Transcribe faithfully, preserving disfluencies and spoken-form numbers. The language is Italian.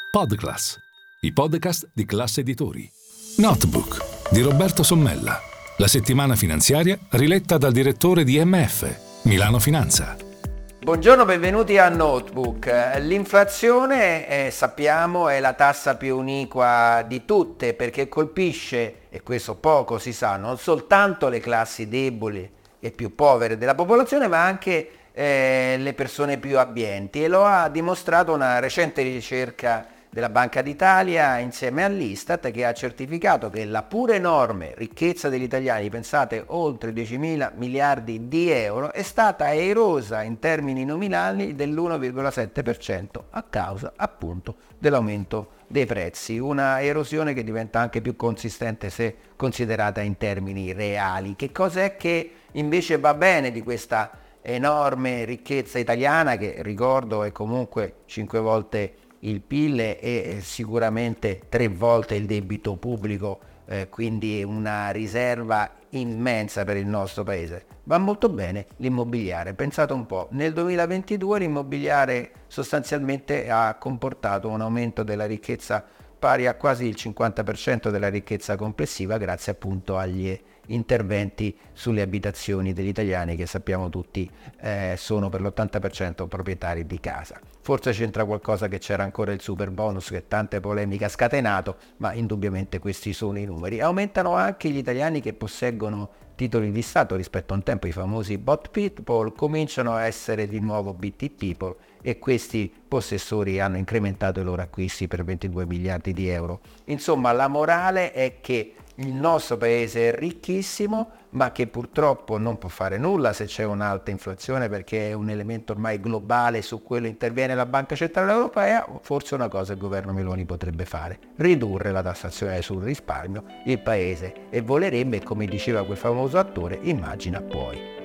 Podclass, i podcast di Classe Editori. Notebook di Roberto Sommella, la settimana finanziaria riletta dal direttore di M F, Milano Finanza. Buongiorno, benvenuti a Notebook. L'inflazione, eh, sappiamo, è la tassa più iniqua di tutte perché colpisce, e questo poco si sa, non soltanto le classi deboli e più povere della popolazione, ma anche eh, le persone più abbienti, e lo ha dimostrato una recente ricerca della Banca d'Italia insieme all'Istat, che ha certificato che la pure enorme ricchezza degli italiani, pensate oltre diecimila miliardi di euro, è stata erosa in termini nominali dell'uno virgola sette per cento a causa appunto dell'aumento dei prezzi, una erosione che diventa anche più consistente se considerata in termini reali. Che cos'è che invece va bene di questa enorme ricchezza italiana, che ricordo è comunque cinque volte il P I L e sicuramente tre volte il debito pubblico, eh, quindi una riserva immensa per il nostro paese? Va molto bene l'immobiliare. Pensate un po', nel duemilaventidue l'immobiliare sostanzialmente ha comportato un aumento della ricchezza pari a quasi il cinquanta per cento della ricchezza complessiva, grazie appunto agli interventi sulle abitazioni degli italiani, che sappiamo tutti eh, sono per l'ottanta per cento proprietari di casa. Forse c'entra qualcosa che c'era ancora il super bonus che tante polemiche ha scatenato, ma indubbiamente questi sono i numeri. Aumentano anche gli italiani che posseggono titoli di Stato rispetto a un tempo. I famosi bot people cominciano a essere di nuovo B T people, e questi possessori hanno incrementato i loro acquisti per ventidue miliardi di euro. Insomma, la morale è che il nostro paese è ricchissimo, ma che purtroppo non può fare nulla se c'è un'alta inflazione, perché è un elemento ormai globale, su quello interviene la Banca Centrale Europea. Forse una cosa il governo Meloni potrebbe fare: ridurre la tassazione sul risparmio. Il paese e volerebbe, come diceva quel famoso attore, immagina poi.